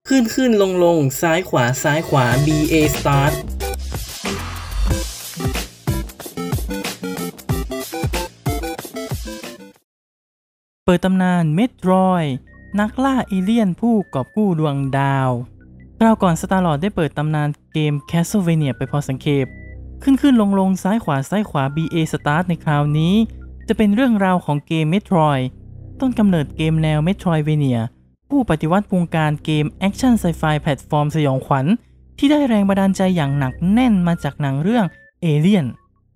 ขึ้นลงซ้ายขวาซ้ายขวา BA Start เปิดตำนานเมโทรยด์นักล่าเอเลี่ยนผู้กอบกู้ดวงดาวคราวก่อน Starlord ได้เปิดตำนานเกม Castlevania ไปพอสังเขปขึ้นลงซ้ายขวาซ้ายขวา BA Start ในคราวนี้จะเป็นเรื่องราวของเกม Metroid ต้นกำเนิดเกมแนว Metroidvania ผู้ปฏิวัติวงการเกมแอคชั่นไซไฟแพลตฟอร์มสยองขวัญที่ได้แรงบันดาลใจอย่างหนักแน่นมาจากหนังเรื่อง Alien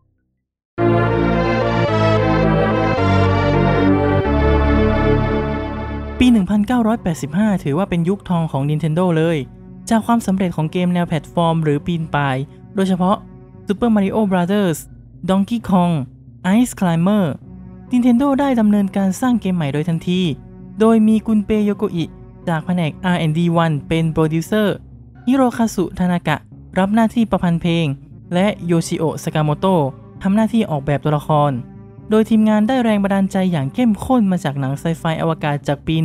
ปี 1985 ถือว่าเป็นยุคทองของ Nintendo เลยจากความสำเร็จของเกมแนวแพลตฟอร์มหรือปีนป่ายโดยเฉพาะ Super Mario Bros. Donkey Kong Ice Climber Nintendo ได้ดำเนินการสร้างเกมใหม่โดยทันทีโดยมีกุนเปโยโกอิจากแผนก R&D 1 เป็นโปรดิวเซอร์ฮิโรคาสุทานากะรับหน้าที่ประพันธ์เพลงและโยชิโอะสากาโมโตะทำหน้าที่ออกแบบตัวละครโดยทีมงานได้แรงบันดาลใจอย่างเข้มข้นมาจากหนังไซไฟอวกาศจากปี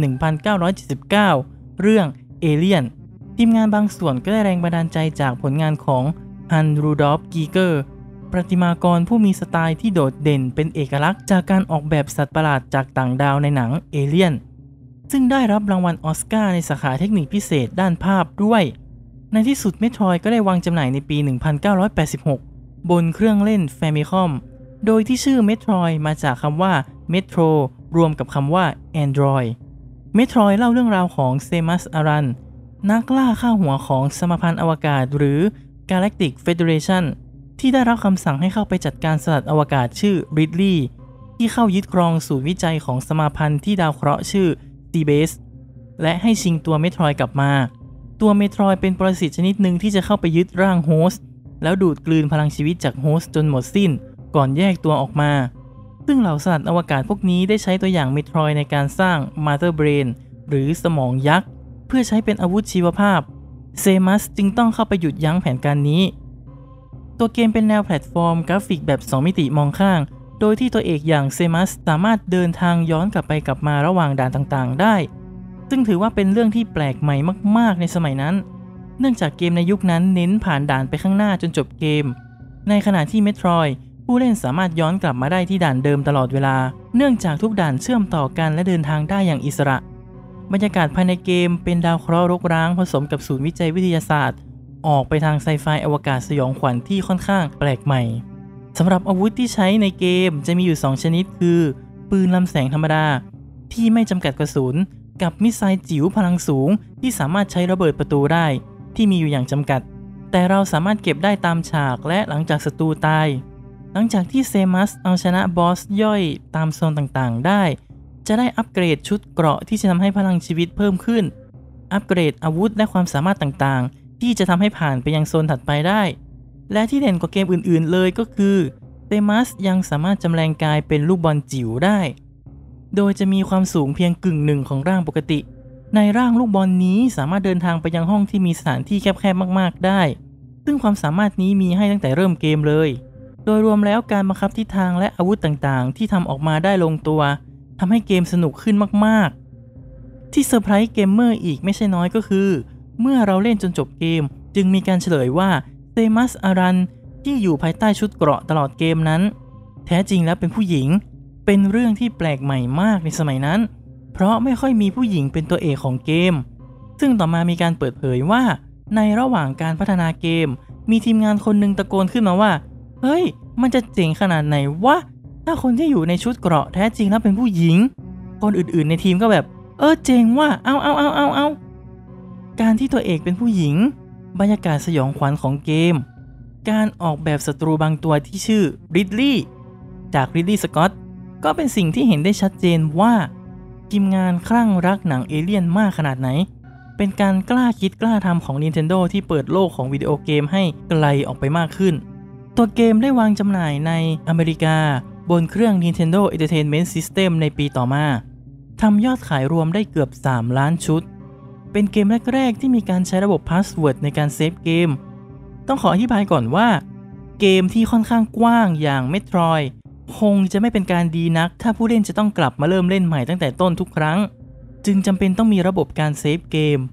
1979 เรื่อง Alien ทีมงานบางส่วนก็ได้แรงบันดาลใจจากผลงานของฮัน รูดอล์ฟ กีเกอร์ประติมากรผู้มีสไตล์ที่โดดเด่นเป็นเอกลักษณ์จากการออกแบบสัตว์ประหลาดจากต่างดาวในหนัง Alien ซึ่งได้รับรางวัลออสการ์ในสาขาเทคนิคพิเศษด้านภาพด้วยในที่สุด Metroid ก็ได้วางจำหน่ายในปี 1986 บนเครื่องเล่น Famicomโดยที่ชื่อ Metroid มาจากคำว่า Metro รวมกับคำว่า Android Metroid เล่าเรื่องราวของเซมัส อารันนักล่าฆ่าหัวของสมาพันธ์อวกาศหรือ Galactic Federation ที่ได้รับคำสั่งให้เข้าไปจัดการสลัดอวกาศชื่อ Ridley ที่เข้ายึดครองศูนย์วิจัยของสมาพันธ์ที่ดาวเคราะห์ชื่อ Seabase และให้ชิงตัว Metroid กลับมาตัว Metroid เป็นปรสิตชนิดหนึ่งที่จะเข้าไปยึดร่างโฮสต์แล้วดูดกลืนพลังชีวิตจากโฮสต์จนหมดสิ้นก่อนแยกตัวออกมาซึ่งเหล่าสัตว์อวกาศพวกนี้ได้ใช้ตัวอย่าง Metroid ในการสร้าง Mother Brain หรือสมองยักษ์เพื่อใช้เป็นอาวุธชีวภาพเซมัสจึงต้องเข้าไปหยุดยั้งแผนการนี้ตัวเกมเป็นแนวแพลตฟอร์มกราฟิกแบบ2มิติมองข้างโดยที่ตัวเอกอย่างเซมัสสามารถเดินทางย้อนกลับไปกลับมาระหว่างด่านต่างๆได้ซึ่งถือว่าเป็นเรื่องที่แปลกใหม่มากๆในสมัยนั้นเนื่องจากเกมในยุคนั้นเน้นผ่านด่านไปข้างหน้าจนจบเกมในขณะที่ Metroidผู้เล่นสามารถย้อนกลับมาได้ที่ด่านเดิมตลอดเวลาเนื่องจากทุกด่านเชื่อมต่อกันและเดินทางได้อย่างอิสระบรรยากาศภายในเกมเป็นดาวเคราะห์รกร้างผสมกับศูนย์วิจัยวิทยาศาสตร์ออกไปทางไซไฟอวกาศสยองขวัญที่ค่อนข้างแปลกใหม่สำหรับอาวุธที่ใช้ในเกมจะมีอยู่2ชนิดคือปืนลำแสงธรรมดาที่ไม่จำกัดกระสุนกับมิสไซล์จิ๋วพลังสูงที่สามารถใช้ระเบิดประตูได้ที่มีอยู่อย่างจำกัดแต่เราสามารถเก็บได้ตามฉากและหลังจากศัตรูตายหลังจากที่เซมัสเอาชนะบอสย่อยตามโซนต่างๆได้จะได้อัปเกรดชุดเกราะที่จะทำให้พลังชีวิตเพิ่มขึ้นอัปเกรดอาวุธและความสามารถต่างๆที่จะทำให้ผ่านไปยังโซนถัดไปได้และที่เด่นกว่าเกมอื่นๆเลยก็คือเซมัสยังสามารถจำแรงกายเป็นลูกบอลจิ๋วได้โดยจะมีความสูงเพียงกึ่งหนึ่งของร่างปกติในร่างลูกบอลนี้สามารถเดินทางไปยังห้องที่มีสถานที่แคบๆมากๆได้ซึ่งความสามารถนี้มีให้ตั้งแต่เริ่มเกมเลยโดยรวมแล้วการบังคับทิศทางและอาวุธต่างๆที่ทำออกมาได้ลงตัวทำให้เกมสนุกขึ้นมากๆที่เซอร์ไพรส์เกมเมอร์อีกไม่ใช่น้อยก็คือเมื่อเราเล่นจนจบเกมจึงมีการเฉลยว่าเซมัส อารันที่อยู่ภายใต้ชุดเกราะตลอดเกมนั้นแท้จริงแล้วเป็นผู้หญิงเป็นเรื่องที่แปลกใหม่มากในสมัยนั้นเพราะไม่ค่อยมีผู้หญิงเป็นตัวเอกของเกมซึ่งต่อมามีการเปิดเผยว่าในระหว่างการพัฒนาเกมมีทีมงานคนหนึ่งตะโกนขึ้นมาว่าเฮ้ยมันจะเจ๋งขนาดไหนวะถ้าคนที่อยู่ในชุดเกราะแท้จริงแล้วเป็นผู้หญิงคนอื่นๆในทีมก็แบบเจ๋งว่ะเอาการที่ตัวเอกเป็นผู้หญิงบรรยากาศสยองขวัญของเกมการออกแบบศัตรูบางตัวที่ชื่อริดลี่จากริดลี่ สก็อตก็เป็นสิ่งที่เห็นได้ชัดเจนว่าทีมงานคลั่งรักหนังเอเลี่ยนมากขนาดไหนเป็นการกล้าคิดกล้าทำของ Nintendo ที่เปิดโลกของวิดีโอเกมให้ไกลออกไปมากขึ้นตัวเกมได้วางจำหน่ายในอเมริกาบนเครื่อง Nintendo Entertainment System ในปีต่อมาทำยอดขายรวมได้เกือบ3 ล้านชุดเป็นเกมแรกๆที่มีการใช้ระบบพาสเวิร์ดในการเซฟเกมต้องขออธิบายก่อนว่าเกมที่ค่อนข้างกว้างอย่าง Metroid คงจะไม่เป็นการดีนักถ้าผู้เล่นจะต้องกลับมาเริ่มเล่นใหม่ตั้งแต่ต้นทุกครั้งจึงจำเป็นต้องมีระบบการเซฟเกม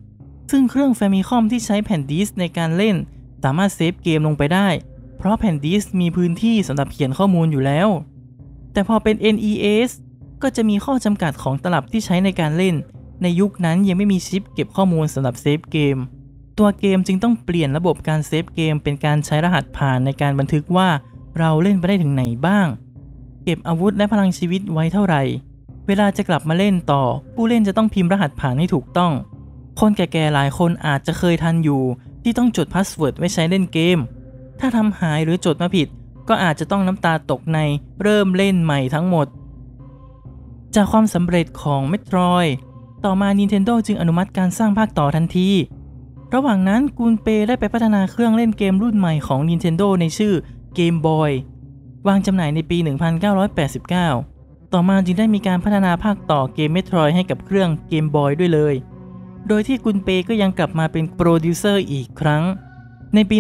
ซึ่งเครื่อง Famicom ที่ใช้แผ่นดิสก์ในการเล่นสามารถเซฟเกมลงไปได้เพราะแผ่นดิสก์มีพื้นที่สำหรับเขียนข้อมูลอยู่แล้วแต่พอเป็น NES ก็จะมีข้อจำกัดของตลับที่ใช้ในการเล่นในยุคนั้นยังไม่มีชิปเก็บข้อมูลสำหรับเซฟเกมตัวเกมจึงต้องเปลี่ยนระบบการเซฟเกมเป็นการใช้รหัสผ่านในการบันทึกว่าเราเล่นไปได้ถึงไหนบ้างเก็บอาวุธและพลังชีวิตไว้เท่าไหร่เวลาจะกลับมาเล่นต่อผู้เล่นจะต้องพิมพ์รหัสผ่านให้ถูกต้องคนแก่ๆหลายคนอาจจะเคยทันอยู่ที่ต้องจดพาสเวิร์ดไว้ใช้เล่นเกมถ้าทำหายหรือจดมาผิดก็อาจจะต้องน้ำตาตกในเริ่มเล่นใหม่ทั้งหมดจากความสำเร็จของ Metroid ต่อมา Nintendo จึงอนุมัติการสร้างภาคต่อทันทีระหว่างนั้นกุนเปได้ไปพัฒนาเครื่องเล่นเกมรุ่นใหม่ของ Nintendo ในชื่อ Game Boy วางจำหน่ายในปี 1989 ต่อมาจึงได้มีการพัฒนาภาคต่อเกม Metroid ให้กับเครื่อง Game Boy ด้วยเลยโดยที่กุนเปก็ยังกลับมาเป็นโปรดิวเซอร์อีกครั้งในปี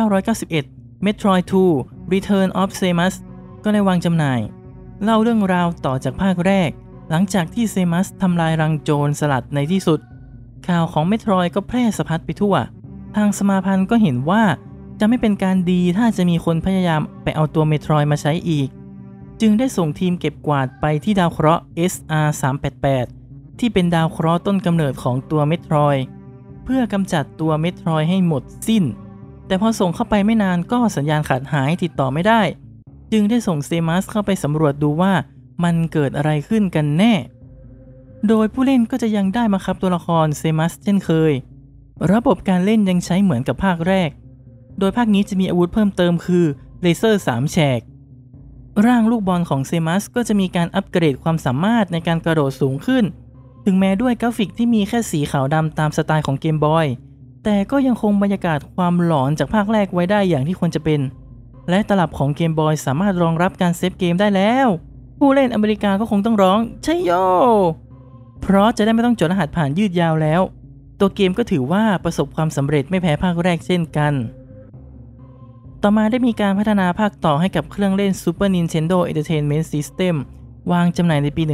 1991 Metroid 2 Return of Samus ก็ได้วางจำหน่ายเล่าเรื่องราวต่อจากภาคแรกหลังจากที่เซมัสทำลายรังโจรสลัดในที่สุดข่าวของ Metroid ก็แพร่สะพัดไปทั่วทางสมาพันธ์ก็เห็นว่าจะไม่เป็นการดีถ้าจะมีคนพยายามไปเอาตัว Metroid มาใช้อีกจึงได้ส่งทีมเก็บกวาดไปที่ดาวเคราะห์ SR388 ที่เป็นดาวเคราะห์ต้นกำเนิดของตัว Metroid เพื่อกำจัดตัว Metroid ให้หมดสิ้นแต่พอส่งเข้าไปไม่นานก็สัญญาณขาดหายติดต่อไม่ได้จึงได้ส่งเซมัสเข้าไปสำรวจดูว่ามันเกิดอะไรขึ้นกันแน่โดยผู้เล่นก็จะยังได้บังคับตัวละครเซมัสเช่นเคยระบบการเล่นยังใช้เหมือนกับภาคแรกโดยภาคนี้จะมีอาวุธเพิ่มเติมคือเลเซอร์3แฉกร่างลูกบอลของเซมัสก็จะมีการอัปเกรดความสามารถในการกระโดดสูงขึ้นถึงแม้ด้วยกราฟิกที่มีแค่สีขาวดำตามสไตล์ของเกมบอยแต่ก็ยังคงบรรยากาศความหลอนจากภาคแรกไว้ได้อย่างที่ควรจะเป็นและตลับของเกมบอยสามารถรองรับการเซฟเกมได้แล้วผู้เล่นอเมริกาก็คงต้องร้องใช่โยเพราะจะได้ไม่ต้องจดรหัสผ่านยืดยาวแล้วตัวเกมก็ถือว่าประสบความสำเร็จไม่แพ้ภาคแรกเช่นกันต่อมาได้มีการพัฒนาภาคต่อให้กับเครื่องเล่น Super Nintendo Entertainment System วางจำหน่ายในปี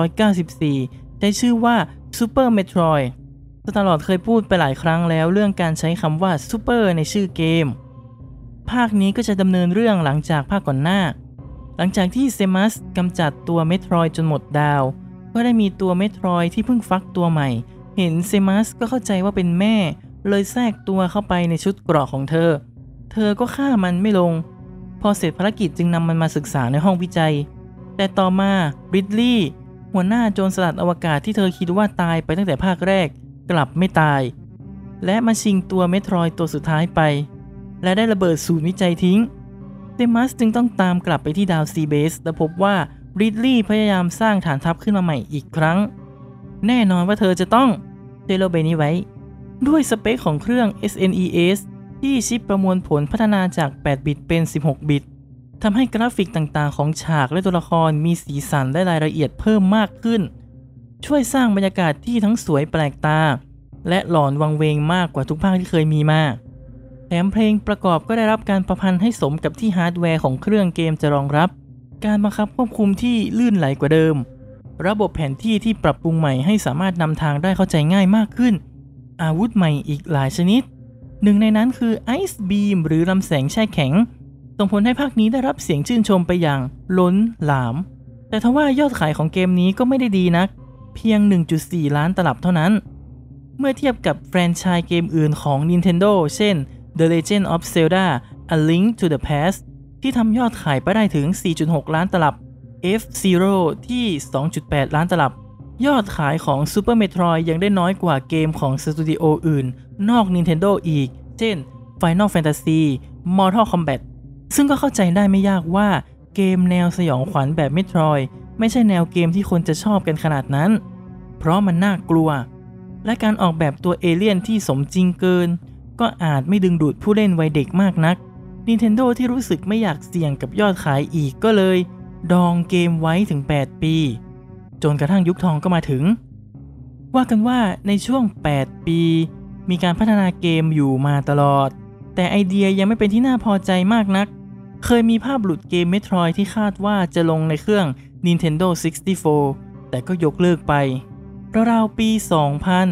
1994 ได้ชื่อว่า Super Metroid ตลอดเคยพูดไปหลายครั้งแล้วเรื่องการใช้คำว่า Super ในชื่อเกมภาคนี้ก็จะดำเนินเรื่องหลังจากภาคก่อนหน้าหลังจากที่เซมัสกำจัดตัวเมโทรยจนหมดดาวก็ได้มีตัวเมโทรยที่เพิ่งฟักตัวใหม่เห็นเซมัสก็เข้าใจว่าเป็นแม่เลยแทรกตัวเข้าไปในชุดเกราะของเธอก็ฆ่ามันไม่ลงพอเสร็จภารกิจจึงนำมันมาศึกษาในห้องวิจัยแต่ต่อมาริดลีย์หัวหน้าโจรสลัดอวกาศที่เธอคิดว่าตายไปตั้งแต่ภาคแรกกลับไม่ตายและมาชิงตัวเมโทรยตัวสุดท้ายไปและได้ระเบิดศูนย์วิจัยทิ้งเซมัสจึงต้องตามกลับไปที่ดาวซีเบสและพบว่าริดลีย์พยายามสร้างฐานทัพขึ้นมาใหม่อีกครั้งแน่นอนว่าเธอจะต้องเซโลเบนี้ไว้ด้วยสเปคของเครื่อง SNES ที่ชิปประมวลผลพัฒนาจาก8บิตเป็น16บิตทำให้กราฟิกต่างๆของฉากและตัวละครมีสีสันและรายละเอียดเพิ่มมากขึ้นช่วยสร้างบรรยากาศที่ทั้งสวยแปลกตาและหลอนวังเวงมากกว่าทุกภาคที่เคยมีมาแถมเพลงประกอบก็ได้รับการประพันธ์ให้สมกับที่ฮาร์ดแวร์ของเครื่องเกมจะรองรับการบังคับควบคุมที่ลื่นไหลกว่าเดิมระบบแผนที่ที่ปรับปรุงใหม่ให้สามารถนำทางได้เข้าใจง่ายมากขึ้นอาวุธใหม่อีกหลายชนิดหนึ่งในนั้นคือไอซ์บีมหรือลำแสงแช่แข็งส่งผลให้ภาคนี้ได้รับเสียงชื่นชมไปอย่างล้นหลามแต่ทว่ายอดขายของเกมนี้ก็ไม่ได้ดีนักเพียง 1.4 ล้านตลับเท่านั้นเมื่อเทียบกับแฟรนไชส์เกมอื่นของ Nintendo เช่น The Legend of Zelda: A Link to the Past ที่ทำยอดขายไปได้ถึง 4.6 ล้านตลับ F-Zero ที่ 2.8 ล้านตลับยอดขายของ Super Metroid ยังได้น้อยกว่าเกมของสตูดิโออื่นนอก Nintendo อีกเช่น Final Fantasy Mortal Kombat ซึ่งก็เข้าใจได้ไม่ยากว่าเกมแนวสยองขวัญแบบ Metroid ไม่ใช่แนวเกมที่คนจะชอบกันขนาดนั้นเพราะมันน่ากลัวและการออกแบบตัวเอเลี่ยนที่สมจริงเกินก็อาจไม่ดึงดูดผู้เล่นวัยเด็กมากนัก Nintendo ที่รู้สึกไม่อยากเสี่ยงกับยอดขายอีกก็เลยดองเกมไว้ถึง8ปีจนกระทั่งยุคทองก็มาถึงว่ากันว่าในช่วง8ปีมีการพัฒนาเกมอยู่มาตลอดแต่ไอเดียยังไม่เป็นที่น่าพอใจมากนักเคยมีภาพหลุดเกม Metroid ที่คาดว่าจะลงในเครื่อง Nintendo 64 แต่ก็ยกเลิกไปราวๆปี 2000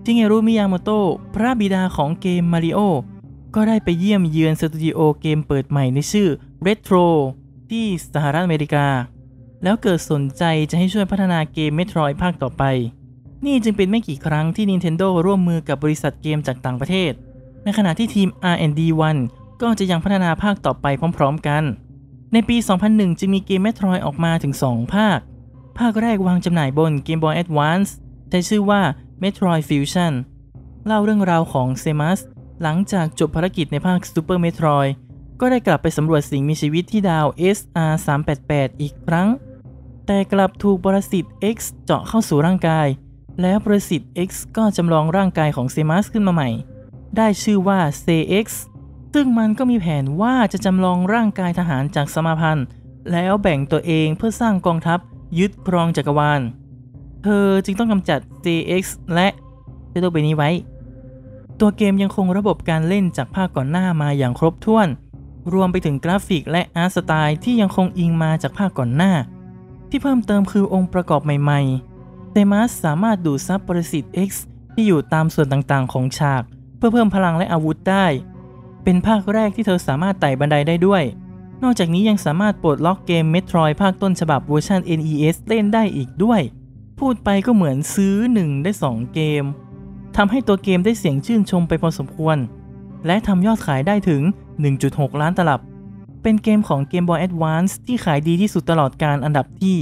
ชิเงรุมิยาโมโตะพระบิดาของเกมมาริโอก็ได้ไปเยี่ยมเยือนสตูดิโอเกมเปิดใหม่ในชื่อ Retro ที่สหรัฐอเมริกาแล้วเกิดสนใจจะให้ช่วยพัฒนาเกม Metroid ภาคต่อไปนี่จึงเป็นไม่กี่ครั้งที่ Nintendo ร่วมมือกับบริษัทเกมจากต่างประเทศในขณะที่ทีม R&D 1 ก็จะยังพัฒนาภาคต่อไปพร้อมๆกันในปี 2001 จึงมีเกม Metroid ออกมาถึง 2 ภาคแรกวางจำหน่ายบน Game Boy Advance ใช้ชื่อว่า Metroid Fusion เล่าเรื่องราวของเซมัสหลังจากจบภารกิจในภาค Super Metroid ก็ได้กลับไปสำรวจสิ่งมีชีวิตที่ดาว SR388 อีกครั้งแต่กลับถูกปรสิต X เจาะเข้าสู่ร่างกายแล้วปรสิต X ก็จำลองร่างกายของเซมัสขึ้นมาใหม่ได้ชื่อว่า CX ซึ่งมันก็มีแผนว่าจะจำลองร่างกายทหารจากสมาพันธ์แล้วแบ่งตัวเองเพื่อสร้างกองทัพยึดครองจักรวาลเธอจึงต้องกำจัด CX และเจ้าตัวใบนี้ไว้ตัวเกมยังคงระบบการเล่นจากภาคก่อนหน้ามาอย่างครบถ้วนรวมไปถึงกราฟิกและอาร์ตสไตล์ที่ยังคงอิงมาจากภาคก่อนหน้าที่เพิ่มเติมคือองค์ประกอบใหม่ๆเซมัสสามารถดูดซับปรสิต X ที่อยู่ตามส่วนต่างๆของฉากเพื่อเพิ่มพลังและอาวุธได้เป็นภาคแรกที่เธอสามารถไต่บันไดได้ด้วยนอกจากนี้ยังสามารถปลดล็อกเกม Metroid ภาคต้นฉบับเวอร์ชัน NES เล่นได้อีกด้วยพูดไปก็เหมือนซื้อ1ได้2เกมทำให้ตัวเกมได้เสียงชื่นชมไปพอสมควรและทำยอดขายได้ถึง 1.6 ล้านตลับเป็นเกมของ Game Boy Advance ที่ขายดีที่สุดตลอดกาลอันดับที่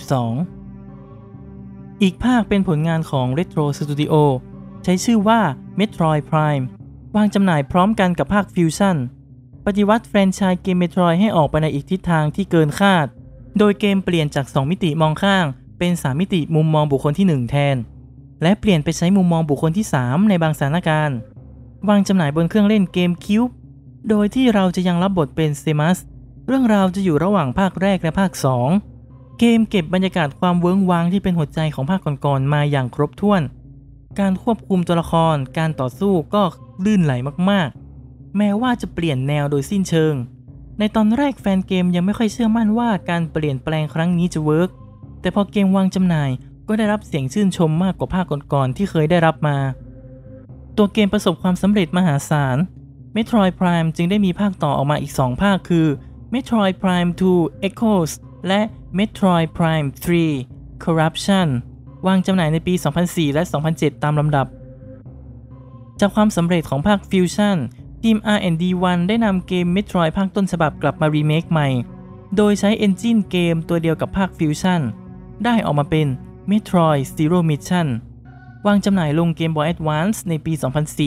22 อีกภาคเป็นผลงานของ Retro Studio ใช้ชื่อว่า Metroid Prime วางจำหน่ายพร้อมกันกับภาค Fusion ปฏิวัติแฟรนไชส์เกม Metroid ให้ออกไปในอีกทิศทางที่เกินคาดโดยเกมเปลี่ยนจาก 2 มิติมองข้างเป็น 3 มิติมุมมองบุคคลที่ 1 แทนและเปลี่ยนไปใช้มุมมองบุคคลที่ 3 ในบางสถานการณ์วางจำหน่ายบนเครื่องเล่นเกมคิวบ์โดยที่เราจะยังรับบทเป็นเซมัสเรื่องราวจะอยู่ระหว่างภาคแรกและภาค 2 เกมเก็บบรรยากาศความเวิ้งว้างที่เป็นหัวใจของภาคก่อนๆมาอย่างครบถ้วนการควบคุมตัวละครการต่อสู้ก็ลื่นไหลมากๆแม้ว่าจะเปลี่ยนแนวโดยสิ้นเชิงในตอนแรกแฟนเกมยังไม่ค่อยเชื่อมั่นว่าการเปลี่ยนแปลงครั้งนี้จะเวิร์กแต่พอเกมวางจำหน่ายก็ได้รับเสียงชื่นชมมากกว่าภาคก่อนๆที่เคยได้รับมาตัวเกมประสบความสำเร็จมหาศาล Metroid Prime จึงได้มีภาคต่อออกมาอีก2ภาคคือ Metroid Prime 2 Echoes และ Metroid Prime 3 Corruption วางจำหน่ายในปี 2004 และ 2007 ตามลำดับจากความสำเร็จของภาค Fusion ทีม R&D 1 ได้นำเกม Metroid ภาคต้นฉบับกลับมารีเมคใหม่โดยใช้ Engine เกมตัวเดียวกับภาค Fusion ได้ออกมาเป็น Metroid Zero Mission วางจำหน่ายลง Game Boy Advance ในปี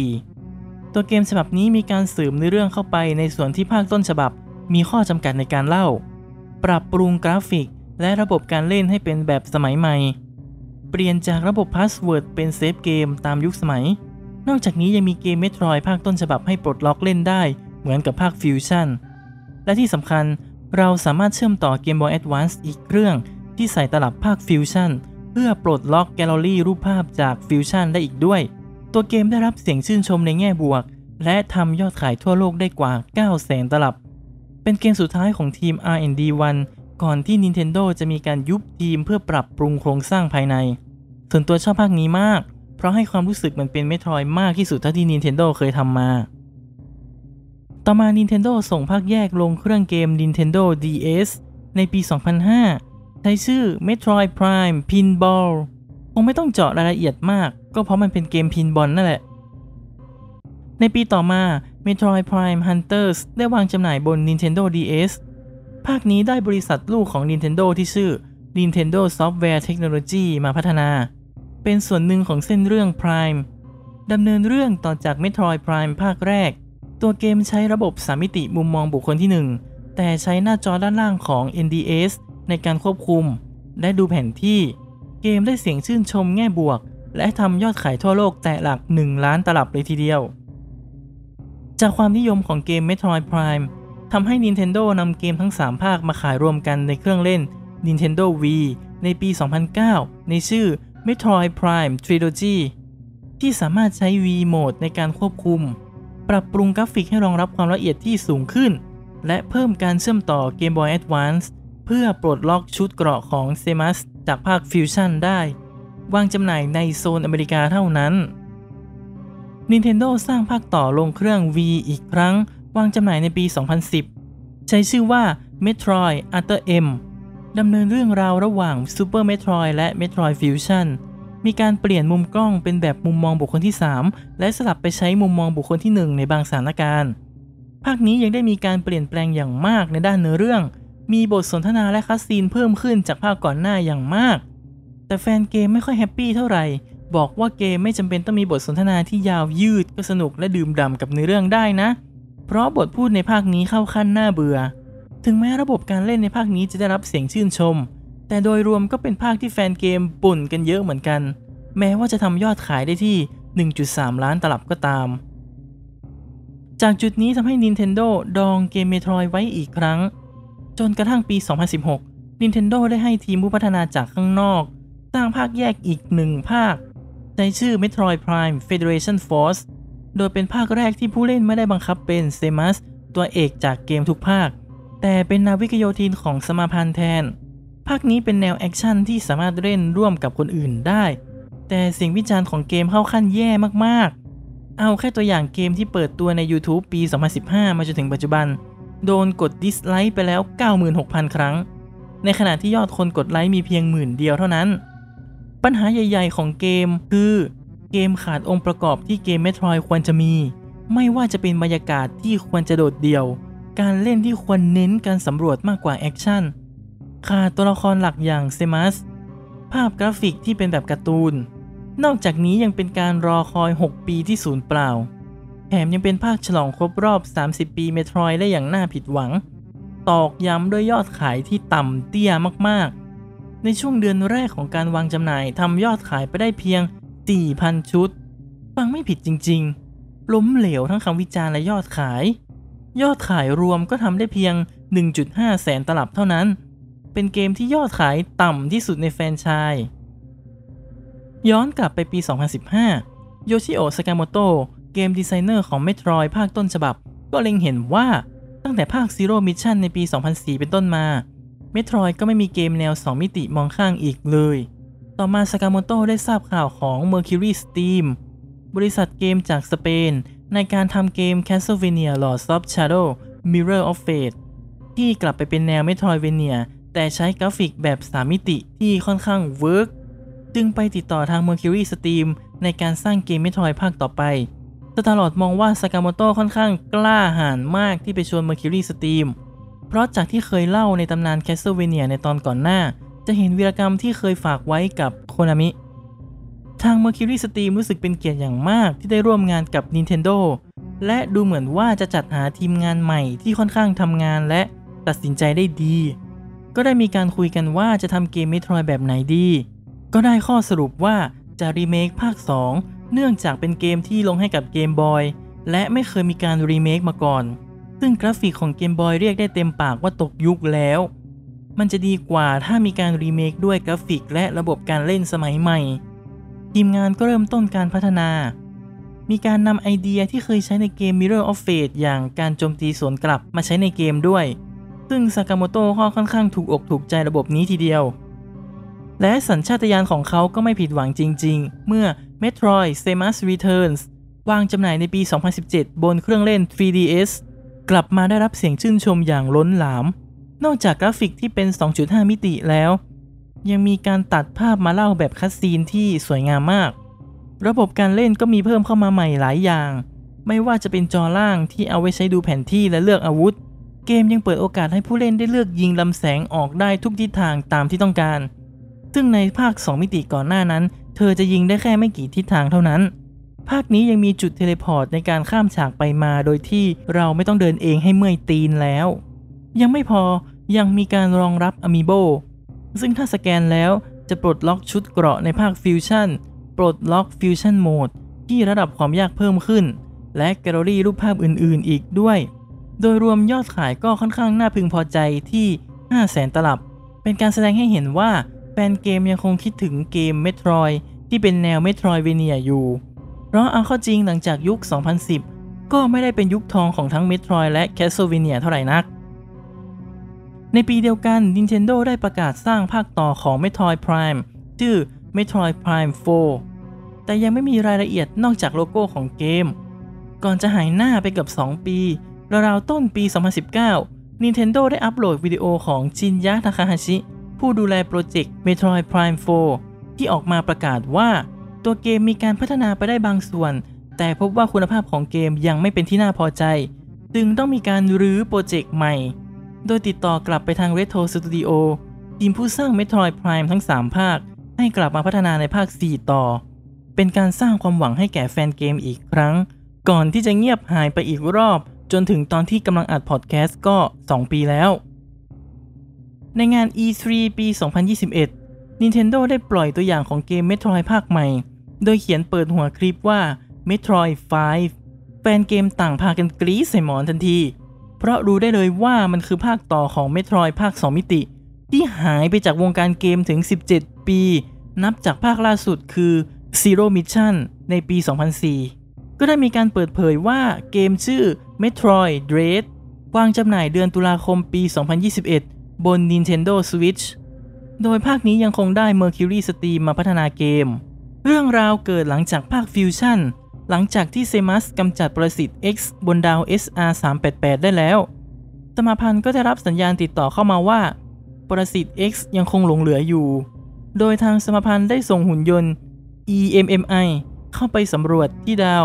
2004 ตัวเกมฉบับนี้มีการเสริมเนื้อเรื่องเข้าไปในส่วนที่ภาคต้นฉบับมีข้อจำกัดในการเล่าปรับปรุงกราฟิกและระบบการเล่นให้เป็นแบบสมัยใหม่เปลี่ยนจากระบบพาสเวิร์ดเป็นเซฟเกมตามยุคสมัยนอกจากนี้ยังมีเกม Metroid ภาคต้นฉบับให้ปลดล็อกเล่นได้เหมือนกับภาค Fusion และที่สำคัญเราสามารถเชื่อมต่อ Game Boy Advance อีกเครื่องที่ใส่ตลับภาค Fusion เพื่อปลดล็อกแกลเลอรี่รูปภาพจาก Fusion ได้อีกด้วยตัวเกมได้รับเสียงชื่นชมในแง่บวกและทำยอดขายทั่วโลกได้กว่า 900,000 ตลับเป็นเกมสุดท้ายของทีม R&D 1 ก่อนที่ Nintendo จะมีการยุบทีมเพื่อปรับปรุงโครงสร้างภายในส่วนตัวชอบภาคนี้มากเพราะให้ความรู้สึกเหมือนเป็น Metroid มากที่สุดเท่าที่ Nintendo เคยทำมาต่อมา Nintendo ส่งภาคแยกลงเครื่องเกม Nintendo DS ในปี 2005 ใช้ชื่อ Metroid Prime Pinball คงไม่ต้องเจาะรายละเอียดมากก็เพราะมันเป็นเกมพินบอลนั่นแหละในปีต่อมา Metroid Prime Hunters ได้วางจำหน่ายบน Nintendo DS ภาคนี้ได้บริษัทลูกของ Nintendo ที่ชื่อ Nintendo Software Technology มาพัฒนาเป็นส่วนหนึ่งของเส้นเรื่อง Prime ดำเนินเรื่องต่อจาก Metroid Prime ภาคแรกตัวเกมใช้ระบบ3มิติมุมมองบุคคลที่1แต่ใช้หน้าจอด้านล่างของ NDS ในการควบคุมและดูแผนที่เกมได้เสียงชื่นชมแง่บวกและทำยอดขายทั่วโลกแตะหลัก1 ล้านตลับเลยทีเดียวจากความนิยมของเกม Metroid Prime ทำให้ Nintendo นำเกมทั้ง3ภาคมาขายรวมกันในเครื่องเล่น Nintendo Wii ในปี 2009 ในชื่อ Metroid Prime Trilogy ที่สามารถใช้ Wii Mode ในการควบคุมปรับปรุงกราฟิกให้รองรับความละเอียดที่สูงขึ้นและเพิ่มการเชื่อมต่อ Game Boy Advance เพื่อปลดล็อกชุดเกราะของ Samus จากภาค Fusion ได้วางจำหน่ายในโซนอเมริกาเท่านั้น Nintendo สร้างภาคต่อลงเครื่อง Wii อีกครั้งวางจำหน่ายในปี 2010 ใช้ชื่อว่า Metroid Other M ดำเนินเรื่องราวระหว่าง Super Metroid และ Metroid Fusion มีการเปลี่ยนมุมกล้องเป็นแบบมุมมองบุคคลที่ 3 และสลับไปใช้มุมมองบุคคลที่ 1 ในบางสถานการณ์ภาคนี้ยังได้มีการเปลี่ยนแปลงอย่างมากในด้านเนื้อเรื่องมีบทสนทนาและคัสซีนเพิ่มขึ้นจากภาคก่อนหน้าอย่างมากแต่แฟนเกมไม่ค่อยแฮปปี้เท่าไหร่บอกว่าเกมไม่จำเป็นต้องมีบทสนทนาที่ยาวยืดก็สนุกและดื่มด่ำกับเนื้อเรื่องได้นะเพราะบทพูดในภาคนี้เข้าขั้นน่าเบื่อถึงแม้ระบบการเล่นในภาคนี้จะได้รับเสียงชื่นชมแต่โดยรวมก็เป็นภาคที่แฟนเกมบ่นกันเยอะเหมือนกันแม้ว่าจะทำยอดขายได้ที่ 1.3 ล้านตลับก็ตามจากจุดนี้ทำให้ Nintendo ดองเกม Metroid ไว้อีกครั้งจนกระทั่งปี 2016 Nintendo ได้ให้ทีมผู้พัฒนาจากข้างนอกสร้างภาคแยกอีก1ภาคใช้ชื่อ Metroid Prime Federation Force โดยเป็นภาคแรกที่ผู้เล่นไม่ได้บังคับเป็น Samus ตัวเอกจากเกมทุกภาคแต่เป็นนาวิกโยธินของสมาพันธ์แทนภาคนี้เป็นแนวแอคชั่นที่สามารถเล่นร่วมกับคนอื่นได้แต่เสียงวิจารณ์ของเกมเข้าขั้นแย่มากๆเอาแค่ตัวอย่างเกมที่เปิดตัวใน YouTube ปี 2015 มาจนถึงปัจจุบันโดนกดดิสไลค์ไปแล้ว 96,000 ครั้งในขณะที่ยอดคนกดไลค์มีเพียง10,000 เดียวเท่านั้นปัญหาใหญ่ๆของเกมคือเกมขาดองค์ประกอบที่เกม Metroid ควรจะมีไม่ว่าจะเป็นบรรยากาศที่ควรจะโดดเดี่ยวการเล่นที่ควรเน้นการสำรวจมากกว่าแอคชั่นขาดตัวละครหลักอย่างเซมัสภาพกราฟิกที่เป็นแบบการ์ตูนนอกจากนี้ยังเป็นการรอคอย6 ปีที่สูญเปล่าแถมยังเป็นภาคฉลองครบรอบ30 ปี Metroid ได้อย่างน่าผิดหวังตอกย้ำด้วยยอดขายที่ต่ำเตี้ยมากๆในช่วงเดือนแรกของการวางจำหน่ายทำยอดขายไปได้เพียง 4,000 ชุดฟังไม่ผิดจริงๆล้มเหลวทั้งคำวิจารณ์และยอดขายรวมก็ทำได้เพียง 1.5 แสนตลับเท่านั้นเป็นเกมที่ยอดขายต่ำที่สุดในแฟรนไชส์ย้อนกลับไปปี 2015 โยชิโอะ ซากาโมโตะเกมดีไซเนอร์ของ Metroid ภาคต้นฉบับก็เล็งเห็นว่าตั้งแต่ภาค Zero Mission ในปี 2004 เป็นต้นมา Metroid ก็ไม่มีเกมแนว 2 มิติมองข้างอีกเลยต่อมา ซากาโมโตะได้ทราบข่าวของ Mercury Steam บริษัทเกมจากสเปนในการทำเกม Castlevania Lords of Shadow Mirror of Fate ที่กลับไปเป็นแนว Metroidvania แต่ใช้กราฟิกแบบ 3 มิติที่ค่อนข้างเวิร์กจึงไปติดต่อทาง Mercury Steam ในการสร้างเกม Metroid ภาคต่อไปตลอดมองว่า ซากาโมโตะค่อนข้างกล้าหาญมากที่ไปชวน Mercury Steam เพราะจากที่เคยเล่าในตำนาน Castlevania ในตอนก่อนหน้าจะเห็นวีรกรรมที่เคยฝากไว้กับโคนามิทาง Mercury Steam รู้สึกเป็นเกียรติอย่างมากที่ได้ร่วมงานกับ Nintendo และดูเหมือนว่าจะจัดหาทีมงานใหม่ที่ค่อนข้างทำงานและตัดสินใจได้ดีก็ได้มีการคุยกันว่าจะทำเกม Metroid แบบไหนดีก็ได้ข้อสรุปว่าจะรีเมคภาค 2 เนื่องจากเป็นเกมที่ลงให้กับเกมบอยและไม่เคยมีการรีเมคมาก่อนซึ่งกราฟิกของเกมบอยเรียกได้เต็มปากว่าตกยุคแล้วมันจะดีกว่าถ้ามีการรีเมคด้วยกราฟิกและระบบการเล่นสมัยใหม่ทีมงานก็เริ่มต้นการพัฒนามีการนำไอเดียที่เคยใช้ในเกม Mirror of Fate อย่างการโจมตีสวนกลับมาใช้ในเกมด้วยซึ่ง ซากาโมโตะก็ค่อนข้างถูกอกถูกใจระบบนี้ทีเดียวและสัญชาตญาณของเขาก็ไม่ผิดหวังจริงๆเมื่อ Metroid Samus Returns วางจำหน่ายในปี 2017 บนเครื่องเล่น 3DS กลับมาได้รับเสียงชื่นชมอย่างล้นหลามนอกจากกราฟิกที่เป็น 2.5 มิติแล้วยังมีการตัดภาพมาเล่าแบบคัตซีนที่สวยงามมากระบบการเล่นก็มีเพิ่มเข้ามาใหม่หลายอย่างไม่ว่าจะเป็นจอล่างที่เอาไว้ใช้ดูแผนที่และเลือกอาวุธเกมยังเปิดโอกาสให้ผู้เล่นได้เลือกยิงลำแสงออกได้ทุกทิศทางตามที่ต้องการซึ่งในภาค 2 มิติก่อนหน้านั้นเธอจะยิงได้แค่ไม่กี่ทิศทางเท่านั้นภาคนี้ยังมีจุดเทเลพอร์ตในการข้ามฉากไปมาโดยที่เราไม่ต้องเดินเองให้เมื่อยตีนแล้วยังไม่พอยังมีการรองรับอะมิโบซึ่งถ้าสแกนแล้วจะปลดล็อกชุดเกราะในภาคฟิวชั่นปลดล็อกฟิวชั่นโหมดที่ระดับความยากเพิ่มขึ้นและแกลเลอรี่รูปภาพอื่นๆอีกด้วยโดยรวมยอดขายก็ค่อนข้างน่าพึงพอใจที่ 500,000 ตลับเป็นการแสดงให้เห็นว่าแฟนเกมยังคงคิดถึงเกม Metroid ที่เป็นแนว Metroidvania อยู่เพราะเอาเข้าจริงหลังจากยุค 2010 ก็ไม่ได้เป็นยุคทองของทั้ง Metroid และ Castlevania เท่าไหร่นักในปีเดียวกัน Nintendo ได้ประกาศสร้างภาคต่อของ Metroid Prime ชื่อ Metroid Prime 4 แต่ยังไม่มีรายละเอียดนอกจากโลโก้ของเกมก่อนจะหายหน้าไปเกือบ2 ปีราวๆต้นปี 2019 Nintendo ได้อัปโหลดวิดีโอของชินยะ ทาคาฮาชิ ผู้ดูแลโปรเจกต์ Metroid Prime 4 ที่ออกมาประกาศว่าตัวเกมมีการพัฒนาไปได้บางส่วนแต่พบว่าคุณภาพของเกมยังไม่เป็นที่น่าพอใจจึงต้องมีการรื้อโปรเจกต์ใหม่โดยติดต่อกลับไปทาง Retro Studio ทีมผู้สร้าง Metroid Prime ทั้ง 3 ภาคให้กลับมาพัฒนาในภาค 4 ต่อเป็นการสร้างความหวังให้แก่แฟนเกมอีกครั้งก่อนที่จะเงียบหายไปอีกรอบจนถึงตอนที่กำลังอัดพอดแคสต์ก็ 2 ปีแล้วในงาน E3 ปี 2021 Nintendo ได้ปล่อยตัวอย่างของเกม Metroid ภาคใหม่โดยเขียนเปิดหัวคลิปว่า Metroid 5 แฟนเกมต่างพากันกรี๊ดใส่หมอนทันทีเพราะรู้ได้เลยว่ามันคือภาคต่อของ Metroid ภาค 2 มิติที่หายไปจากวงการเกมถึง 17 ปีนับจากภาคล่าสุดคือ Zero Mission ในปี 2004 ก็ได้มีการเปิดเผยว่าเกมชื่อ Metroid Dread วางจำหน่ายเดือนตุลาคมปี 2021 บน Nintendo Switch โดยภาคนี้ยังคงได้ Mercury Steam มาพัฒนาเกมเรื่องราวเกิดหลังจากภาค Fusion หลังจากที่เซมัสกำจัดปรสิต X บนดาว SR388 ได้แล้วสมาพันธ์ก็ได้รับสัญญาณติดต่อเข้ามาว่าปรสิต X ยังคงหลงเหลืออยู่โดยทางสมาพันธ์ได้ส่งหุ่นยนต์ EMMI เข้าไปสำรวจที่ดาว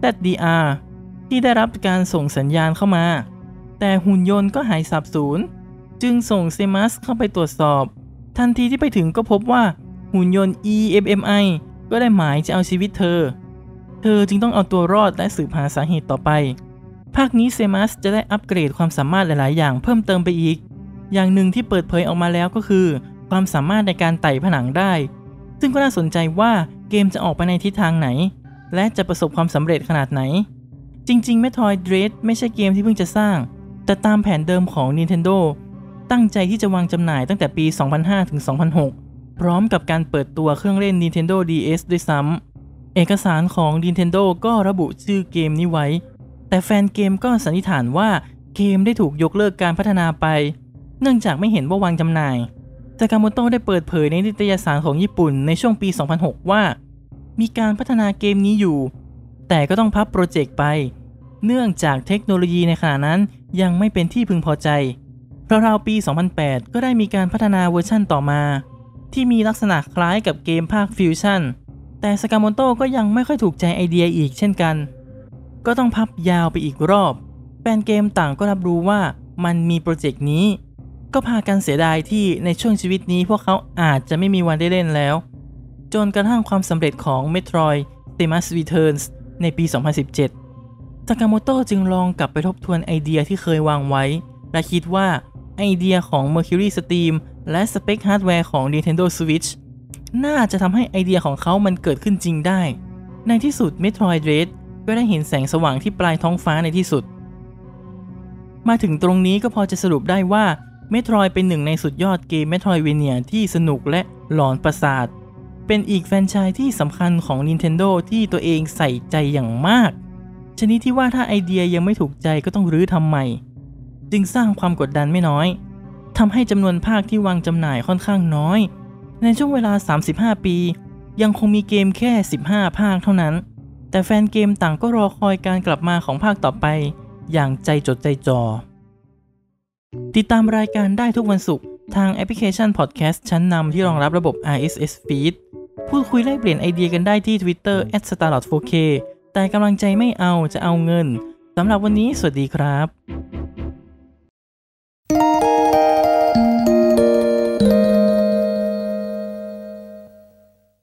ZDR ที่ได้รับการส่งสัญญาณเข้ามาแต่หุ่นยนต์ก็หายสาบสูญจึงส่งเซมัสเข้าไปตรวจสอบทันทีที่ไปถึงก็พบว่าหุ่นยนต์ EMMI ก็ได้หมายจะเอาชีวิตเธอจึงต้องเอาตัวรอดและสืบหาสาเหตุต่อไปภาคนี้เซมัสจะได้อัปเกรดความสามารถหลายๆอย่างเพิ่มเติมไปอีกอย่างหนึ่งที่เปิดเผยออกมาแล้วก็คือความสามารถในการไต่ผนังได้ซึ่งก็น่าสนใจว่าเกมจะออกไปในทิศทางไหนและจะประสบความสำเร็จขนาดไหนจริงๆ Metroid Dread ไม่ใช่เกมที่เพิ่งจะสร้างแต่ตามแผนเดิมของ Nintendo ตั้งใจที่จะวางจำหน่ายตั้งแต่ปี 2005 ถึง 2006 พร้อมกับการเปิดตัวเครื่องเล่น Nintendo DS ด้วยซ้ำเอกสารของ Nintendo ก็ระบุชื่อเกมนี้ไว้แต่แฟนเกมก็สันนิษฐานว่าเกมได้ถูกยกเลิกการพัฒนาไปเนื่องจากไม่เห็นว่าวางจำหน่ายซากาโมโตะได้เปิดเผยในนิตยสารของญี่ปุ่นในช่วงปี 2006 ว่ามีการพัฒนาเกมนี้อยู่แต่ก็ต้องพับโปรเจกต์ไปเนื่องจากเทคโนโลยีในขณะนั้นยังไม่เป็นที่พึงพอใจราวๆปี 2008 ก็ได้มีการพัฒนาเวอร์ชั่นต่อมาที่มีลักษณะคล้ายกับเกมภาคฟิวชั่นแต่ซากาโมโตะก็ยังไม่ค่อยถูกใจไอเดียอีกเช่นกันก็ต้องพับยาวไปอีกรอบแฟนเกมต่างก็รับรู้ว่ามันมีโปรเจกต์นี้ก็พากันเสียดายที่ในช่วงชีวิตนี้พวกเขาอาจจะไม่มีวันได้เล่นแล้วจนกระทั่งความสำเร็จของ Metroid Samus Returns ในปี 2017 ซากาโมโตะจึงลองกลับไปทบทวนไอเดียที่เคยวางไว้และคิดว่าไอเดียของ Mercury Steam และสเปคฮาร์ดแวร์ของ Nintendo Switch น่าจะทำให้ไอเดียของเขามันเกิดขึ้นจริงได้ในที่สุด Metroid Dread ก็ได้เห็นแสงสว่างที่ปลายท้องฟ้าในที่สุดมาถึงตรงนี้ก็พอจะสรุปได้ว่า Metroid เป็นหนึ่งในสุดยอดเกม Metroidvania ที่สนุกและหลอนประสาทเป็นอีกแฟรนไชส์ที่สำคัญของ Nintendo ที่ตัวเองใส่ใจอย่างมากชนิดที่ว่าถ้าไอเดียยังไม่ถูกใจก็ต้องรื้อทำใหม่จึงสร้างความกดดันไม่น้อยทำให้จำนวนภาคที่วางจำหน่ายค่อนข้างน้อยในช่วงเวลา 35 ปียังคงมีเกมแค่ 15 ภาคเท่านั้นแต่แฟนเกมต่างก็รอคอยการกลับมาของภาคต่อไปอย่างใจจดใจจ่อติดตามรายการได้ทุกวันศุกร์ทางแอปพลิเคชันพอดแคสต์ชั้นนำที่รองรับระบบ RSS Feed พูดคุยแลกเปลี่ยนไอเดียกันได้ที่ Twitter @starlord4k แต่กำลังใจไม่เอาจะเอาเงินสำหรับวันนี้สวัสดีครับ